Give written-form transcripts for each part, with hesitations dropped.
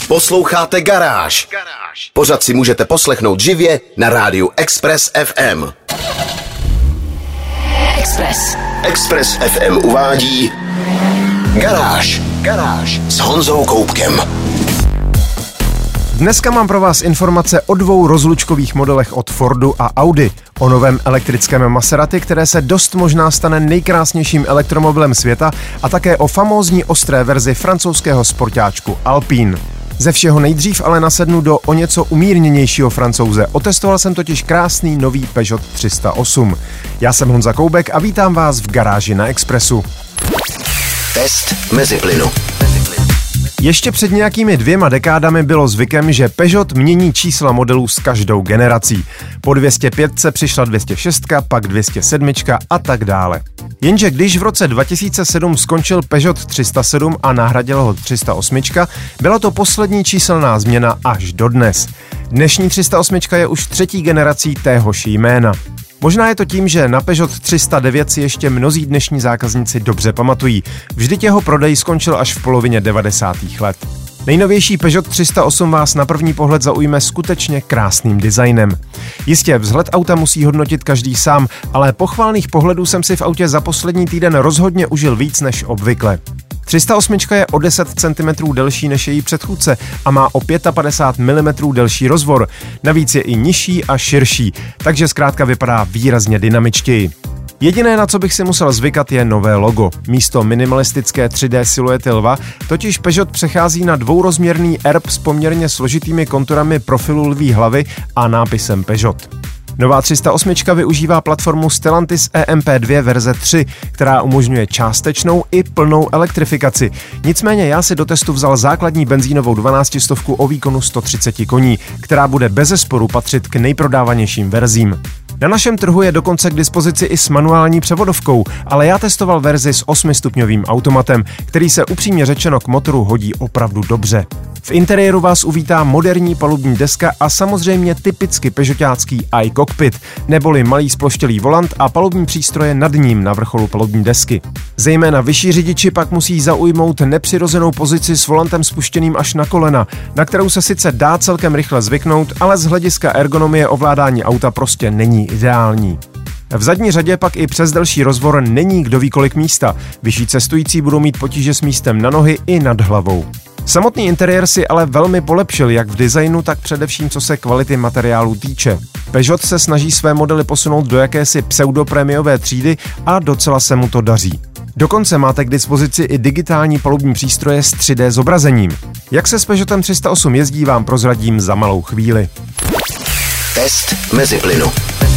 Posloucháte Garáž. Pořad si můžete poslechnout živě na rádiu Express FM. Express FM uvádí Garáž s Honzou Koubkem. Dneska mám pro vás informace o 2 rozlučkových modelech od Fordu a Audi, o novém elektrickém Maserati, které se dost možná stane nejkrásnějším elektromobilem světa, a také o famózní ostré verzi francouzského sportáčku Alpine. Ze všeho nejdřív ale nasednu do o něco umírněnějšího Francouze. Otestoval jsem totiž krásný nový Peugeot 308. Já jsem Honza Koubek a vítám vás v Garáži na Expressu. Test meziplynu. Ještě před nějakými 2 dekádami bylo zvykem, že Peugeot mění čísla modelů s každou generací. Po 205 se přišla 206, pak 207 a tak dále. Jenže když v roce 2007 skončil Peugeot 307 a nahradil ho 308, byla to poslední číselná změna až dodnes. Dnešní 308 je už 3. generací téhož jména. Možná je to tím, že na Peugeot 309 si ještě mnozí dnešní zákazníci dobře pamatují. Vždyť jeho prodej skončil až v polovině 90. let. Nejnovější Peugeot 308 vás na první pohled zaujme skutečně krásným designem. Jistě, vzhled auta musí hodnotit každý sám, ale pochvalných pohledů jsem si v autě za poslední týden rozhodně užil víc než obvykle. 308 je o 10 cm delší než její předchůdce a má o 55 mm delší rozvor. Navíc je i nižší a širší, takže zkrátka vypadá výrazně dynamičtěji. Jediné, na co bych si musel zvykat, je nové logo. Místo minimalistické 3D siluety lva totiž Peugeot přechází na dvourozměrný erb s poměrně složitými konturami profilu lví hlavy a nápisem Peugeot. Nová 308 využívá platformu Stellantis EMP2 verze 3, která umožňuje částečnou i plnou elektrifikaci. Nicméně já si do testu vzal základní benzínovou 1200 o výkonu 130 koní, která bude bezesporu patřit k nejprodávanějším verzím. Na našem trhu je dokonce k dispozici i s manuální převodovkou, ale já testoval verzi s 8stupňovým automatem, který se upřímně řečeno k motoru hodí opravdu dobře. V interiéru vás uvítá moderní palubní deska a samozřejmě typicky peugeotácký iCockpit, neboli malý sploštělý volant a palubní přístroje nad ním na vrcholu palubní desky. Zejména vyšší řidiči pak musí zaujmout nepřirozenou pozici s volantem spuštěným až na kolena, na kterou se sice dá celkem rychle zvyknout, ale z hlediska ergonomie ovládání auta prostě není ideální. V zadní řadě pak i přes delší rozvor není kdo ví kolik místa. Vyšší cestující budou mít potíže s místem na nohy i nad hlavou. Samotný interiér si ale velmi polepšil jak v designu, tak především co se kvality materiálů týče. Peugeot se snaží své modely posunout do jakési pseudoprémiové třídy a docela se mu to daří. Dokonce máte k dispozici i digitální palubní přístroje s 3D zobrazením. Jak se s Peugeotem 308 jezdí, vám prozradím za malou chvíli. Test meziplynu.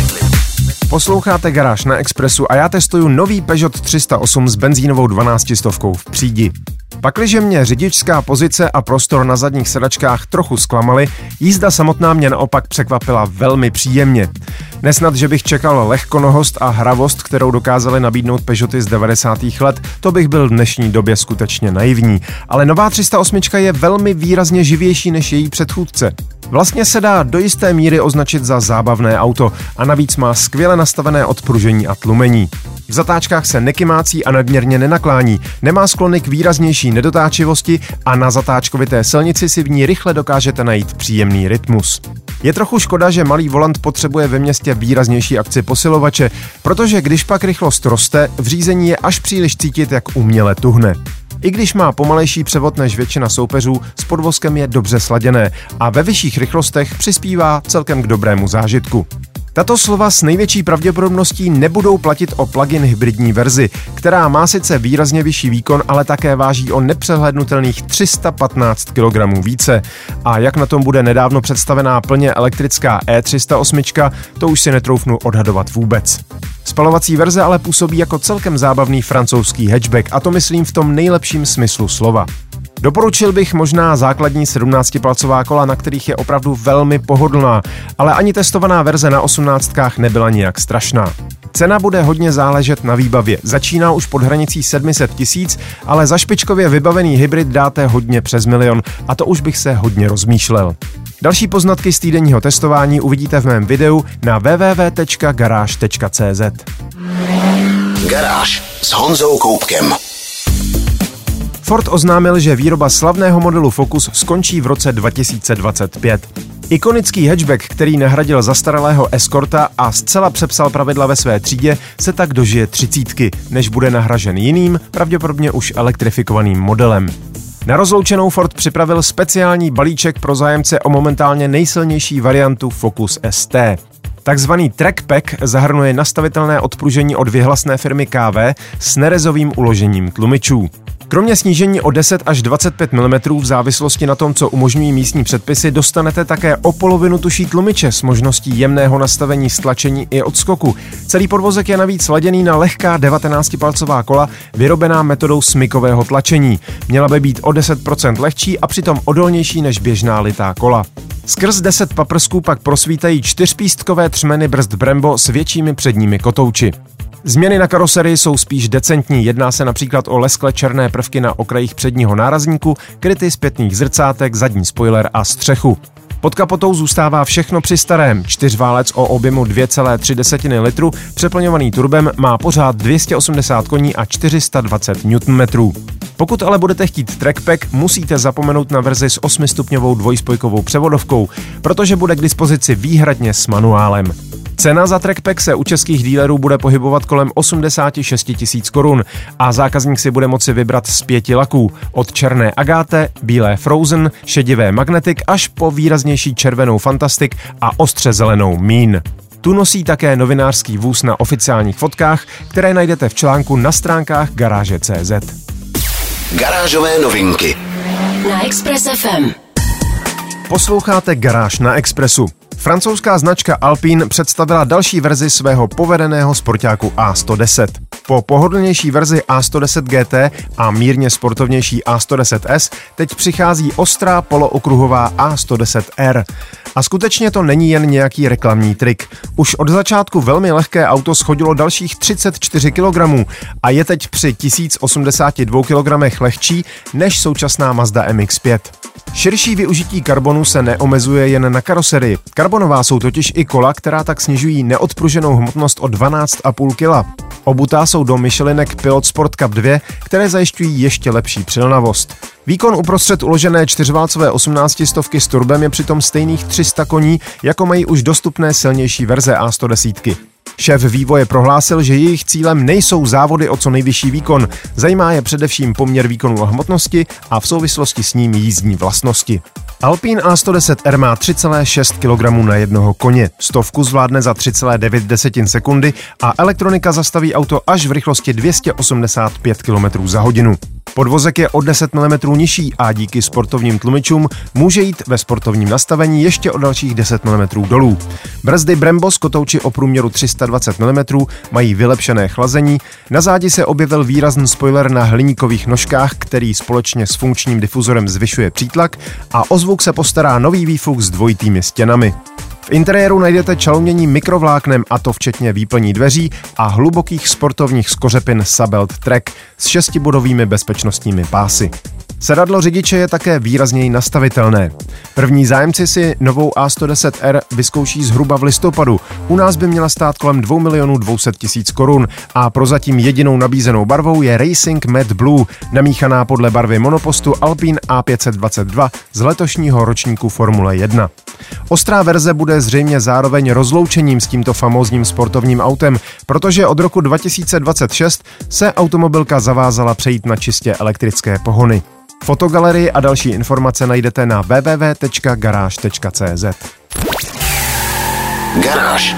Posloucháte Garáž na Expressu a já testuju nový Peugeot 308 s benzínovou 1200 v přídi. Pakliže mě řidičská pozice a prostor na zadních sedačkách trochu zklamaly, jízda samotná mě naopak překvapila velmi příjemně. Nesnad, že bych čekal lehkonohost a hravost, kterou dokázaly nabídnout Peugeoty z 90. let, to bych byl v dnešní době skutečně naivní. Ale nová 308 je velmi výrazně živější než její předchůdce. Vlastně se dá do jisté míry označit za zábavné auto a navíc má skvěle nastavené odpružení a tlumení. V zatáčkách se nekymácí a nadměrně nenaklání, nemá sklony k výraznější nedotáčivosti a na zatáčkovité silnici si v ní rychle dokážete najít příjemný rytmus. Je trochu škoda, že malý volant potřebuje ve městě výraznější akci posilovače, protože když pak rychlost roste, v řízení je až příliš cítit, jak uměle tuhne. I když má pomalejší převod než většina soupeřů, s podvozkem je dobře sladěné a ve vyšších rychlostech přispívá celkem k dobrému zážitku. Tato slova s největší pravděpodobností nebudou platit o plug-in hybridní verzi, která má sice výrazně vyšší výkon, ale také váží o nepřehlédnutelných 315 kg více. A jak na tom bude nedávno představená plně elektrická E308, to už si netroufnu odhadovat vůbec. Spalovací verze ale působí jako celkem zábavný francouzský hatchback, a to myslím v tom nejlepším smyslu slova. Doporučil bych možná základní 17-palcová kola, na kterých je opravdu velmi pohodlná, ale ani testovaná verze na 18 nebyla nijak strašná. Cena bude hodně záležet na výbavě. Začíná už pod hranicí 700 000, ale za špičkově vybavený hybrid dáte hodně přes 1 000 000 a to už bych se hodně rozmýšlel. Další poznatky z týdenního testování uvidíte v mém videu na www.garage.cz. Garáž s Honzou Koubkem. Ford oznámil, že výroba slavného modelu Focus skončí v roce 2025. Ikonický hatchback, který nahradil zastaralého Escorta a zcela přepsal pravidla ve své třídě, se tak dožije 30, než bude nahražen jiným, pravděpodobně už elektrifikovaným modelem. Na rozloučenou Ford připravil speciální balíček pro zájemce o momentálně nejsilnější variantu Focus ST. Takzvaný Trackpack zahrnuje nastavitelné odpružení od vyhlasné firmy KV s nerezovým uložením tlumičů. Kromě snížení o 10 až 25 mm v závislosti na tom, co umožňují místní předpisy, dostanete také o polovinu tuší tlumiče s možností jemného nastavení stlačení i odskoku. Celý podvozek je navíc laděný na lehká 19-palcová kola, vyrobená metodou smykového tlačení. Měla by být o 10% lehčí a přitom odolnější než běžná litá kola. Skrz 10 paprsků pak prosvítají 4pístkové třmeny brzd Brembo s většími předními kotouči. Změny na karoserii jsou spíš decentní, jedná se například o leskle černé prvky na okrajích předního nárazníku, kryty zpětných zrcátek, zadní spoiler a střechu. Pod kapotou zůstává všechno při starém. Čtyřválec o objemu 2,3 litru, přeplňovaný turbem, má pořád 280 koní a 420 Nm. Pokud ale budete chtít Trackpack, musíte zapomenout na verzi s 8stupňovou dvojspojkovou převodovkou, protože bude k dispozici výhradně s manuálem. Cena za Trackpack se u českých dílerů bude pohybovat kolem 86 000 korun a zákazník si bude moci vybrat z 5 laků, od černé Agáte, bílé Frozen, šedivé Magnetic až po výraznější červenou Fantastic a ostře zelenou Mean. Tu nosí také novinářský vůz na oficiálních fotkách, které najdete v článku na stránkách Garáže.cz. Garážové novinky na Express FM. Posloucháte Garáž na Expressu. Francouzská značka Alpine představila další verzi svého povedeného sportáku A110. Po pohodlnější verzi A110 GT a mírně sportovnější A110S teď přichází ostrá polookruhová A110R. A skutečně to není jen nějaký reklamní trik. Už od začátku velmi lehké auto shodilo dalších 34 kg a je teď při 1082 kg lehčí než současná Mazda MX-5. Širší využití karbonu se neomezuje jen na karoserii. Karbonová jsou totiž i kola, která tak snižují neodpruženou hmotnost o 12,5 kg. Obutá jsou do Michelinek Pilot Sport Cup 2, které zajišťují ještě lepší přilnavost. Výkon uprostřed uložené čtyřválcové 18 stovky s turbem je přitom stejných 300 koní, jako mají už dostupné silnější verze A110. Šéf vývoje prohlásil, že jejich cílem nejsou závody o co nejvyšší výkon, zajímá je především poměr výkonu a hmotnosti a v souvislosti s ním jízdní vlastnosti. Alpine A110R má 3,6 kg na jednoho koně, stovku zvládne za 3,9 sekundy a elektronika zastaví auto až v rychlosti 285 km za hodinu. Podvozek je o 10 mm nižší a díky sportovním tlumičům může jít ve sportovním nastavení ještě o dalších 10 mm dolů. Brzdy Brembo s kotouči o průměru 320 mm mají vylepšené chlazení, na zádi se objevil výrazný spoiler na hliníkových nožkách, který společně s funkčním difuzorem zvyšuje přítlak a o zvuk se postará nový výfuk s dvojitými stěnami. V interiéru najdete čalounění mikrovláknem, a to včetně výplní dveří a hlubokých sportovních skořepin Sabelt Track s 6bodovými bezpečnostními pásy. Sedadlo řidiče je také výrazněji nastavitelné. První zájemci si novou A110R vyzkouší zhruba v listopadu. U nás by měla stát kolem 2 200 000 korun a prozatím jedinou nabízenou barvou je Racing Matte Blue, namíchaná podle barvy monopostu Alpine A522 z letošního ročníku Formule 1. Ostrá verze bude zřejmě zároveň rozloučením s tímto famózním sportovním autem, protože od roku 2026 se automobilka zavázala přejít na čistě elektrické pohony. Fotogalerii a další informace najdete na www.garage.cz. Garáž.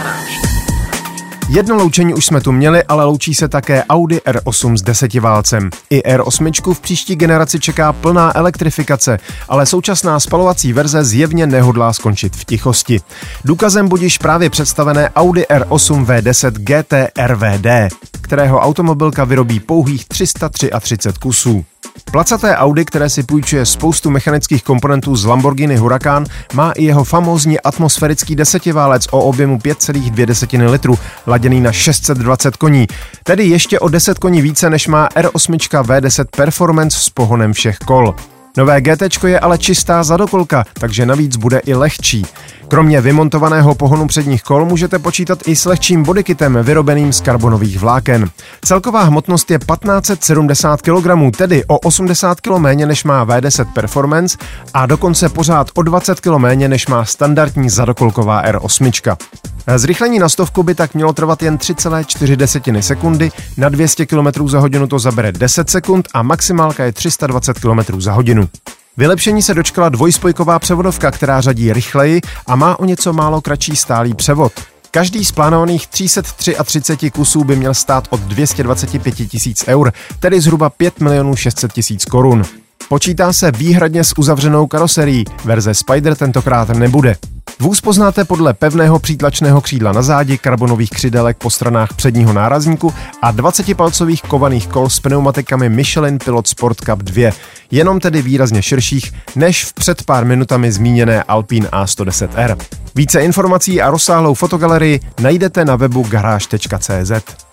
Jedno loučení už jsme tu měli, ale loučí se také Audi R8 s 10válcem. I R8 v příští generaci čeká plná elektrifikace, ale současná spalovací verze zjevně nehodlá skončit v tichosti. Důkazem budiž právě představené Audi R8 V10 GT RVD, kterého automobilka vyrobí pouhých 333 kusů. Placaté Audi, které si půjčuje spoustu mechanických komponentů z Lamborghini Huracan, má i jeho famózní atmosférický 10válec o objemu 5,2 litru, laděný na 620 koní, tedy ještě o 10 koní více, než má R8 V10 Performance s pohonem všech kol. Nové GT je ale čistá zadokolka, takže navíc bude i lehčí. Kromě vymontovaného pohonu předních kol můžete počítat i s lehčím bodykitem vyrobeným z karbonových vláken. Celková hmotnost je 1570 kg, tedy o 80 kg méně než má V10 Performance a dokonce pořád o 20 kg méně než má standardní zadokolková R8. Zrychlení na 100 by tak mělo trvat jen 3,4 sekundy, na 200 km za hodinu to zabere 10 sekund a maximálka je 320 km za hodinu. Vylepšení se dočkala dvojspojková převodovka, která řadí rychleji a má o něco málo kratší stálý převod. Každý z plánovaných 333 kusů by měl stát od 225 000 eur, tedy zhruba 5 600 000 korun. Počítá se výhradně s uzavřenou karoserií, verze Spider tentokrát nebude. Vůz poznáte podle pevného přítlačného křídla na zádi, karbonových křidelek po stranách předního nárazníku a 20-palcových kovaných kol s pneumatikami Michelin Pilot Sport Cup 2, jenom tedy výrazně širších než v před pár minutami zmíněné Alpine A110R. Více informací a rozsáhlou fotogalerii najdete na webu garáž.cz.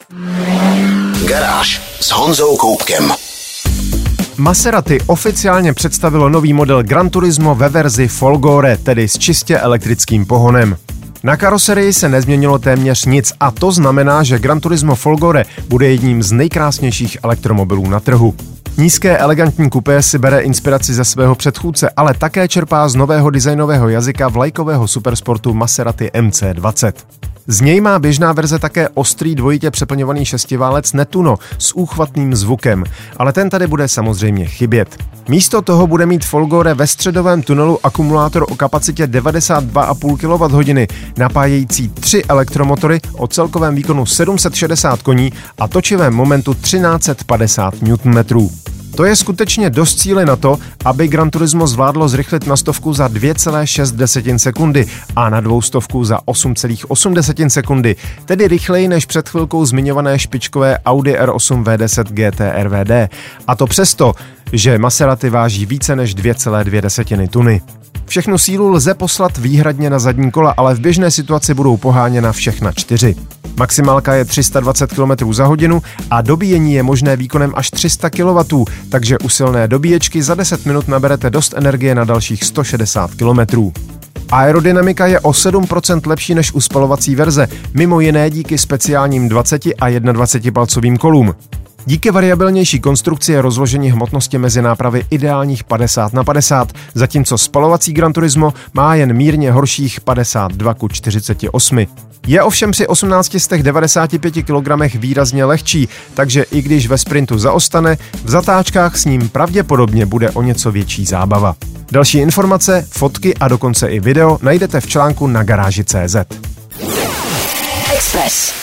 Garáž s Honzou Koupkem. Maserati oficiálně představilo nový model Gran Turismo ve verzi Folgore, tedy s čistě elektrickým pohonem. Na karoserii se nezměnilo téměř nic a to znamená, že Gran Turismo Folgore bude jedním z nejkrásnějších elektromobilů na trhu. Nízké elegantní kupé si bere inspiraci ze svého předchůdce, ale také čerpá z nového designového jazyka vlajkového supersportu Maserati MC20. Z něj má běžná verze také ostrý dvojitě přeplňovaný šestiválec Nettuno s úchvatným zvukem, ale ten tady bude samozřejmě chybět. Místo toho bude mít Folgore ve středovém tunelu akumulátor o kapacitě 92,5 kWh, napájející 3 elektromotory o celkovém výkonu 760 koní a točivém momentu 1350 Nm. To je skutečně dost cíle na to, aby Gran Turismo zvládlo zrychlit na 100 za 2,6 sekundy a na 200 za 8,8 sekundy, tedy rychleji než před chvilkou zmiňované špičkové Audi R8 V10 GT RVD. A to přesto, že Maserati váží více než 2,2 tuny. Všechnu sílu lze poslat výhradně na zadní kola, ale v běžné situaci budou poháněna všechna 4. Maximálka je 320 km za hodinu a dobíjení je možné výkonem až 300 kW, takže u silné dobíječky za 10 minut naberete dost energie na dalších 160 km. Aerodynamika je o 7% lepší než u spalovací verze, mimo jiné díky speciálním 20 a 21 palcovým kolům. Díky variabilnější konstrukci je rozložení hmotnosti mezi nápravy ideálních 50/50, zatímco spalovací Gran Turismo má jen mírně horších 52:48. Je ovšem při 1895 kg výrazně lehčí, takže i když ve sprintu zaostane, v zatáčkách s ním pravděpodobně bude o něco větší zábava. Další informace, fotky a dokonce i video najdete v článku na garáži.cz. Express.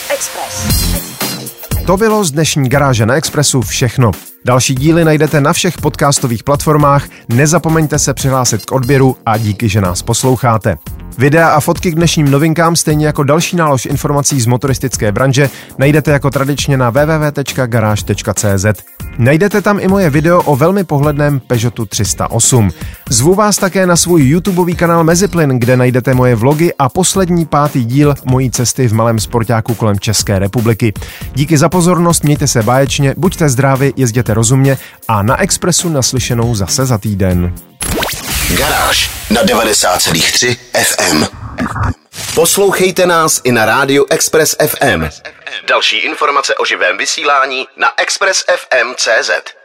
To bylo z dnešní Garáže na Expressu všechno. Další díly najdete na všech podcastových platformách, nezapomeňte se přihlásit k odběru a díky, že nás posloucháte. Videa a fotky k dnešním novinkám, stejně jako další nálož informací z motoristické branže, najdete jako tradičně na www.garage.cz. Najdete tam i moje video o velmi pohledném Peugeotu 308. Zvu vás také na svůj YouTubeový kanál Meziplyn, kde najdete moje vlogy a poslední 5. díl mojí cesty v malém sportáku kolem České republiky. Díky za pozornost, mějte se báječně, buďte zdraví, jezděte rozumně a na Expressu naslyšenou zase za týden. Garáž na 90,3 FM. Poslouchejte nás i na rádiu Express FM. Další informace o živém vysílání na expressfm.cz.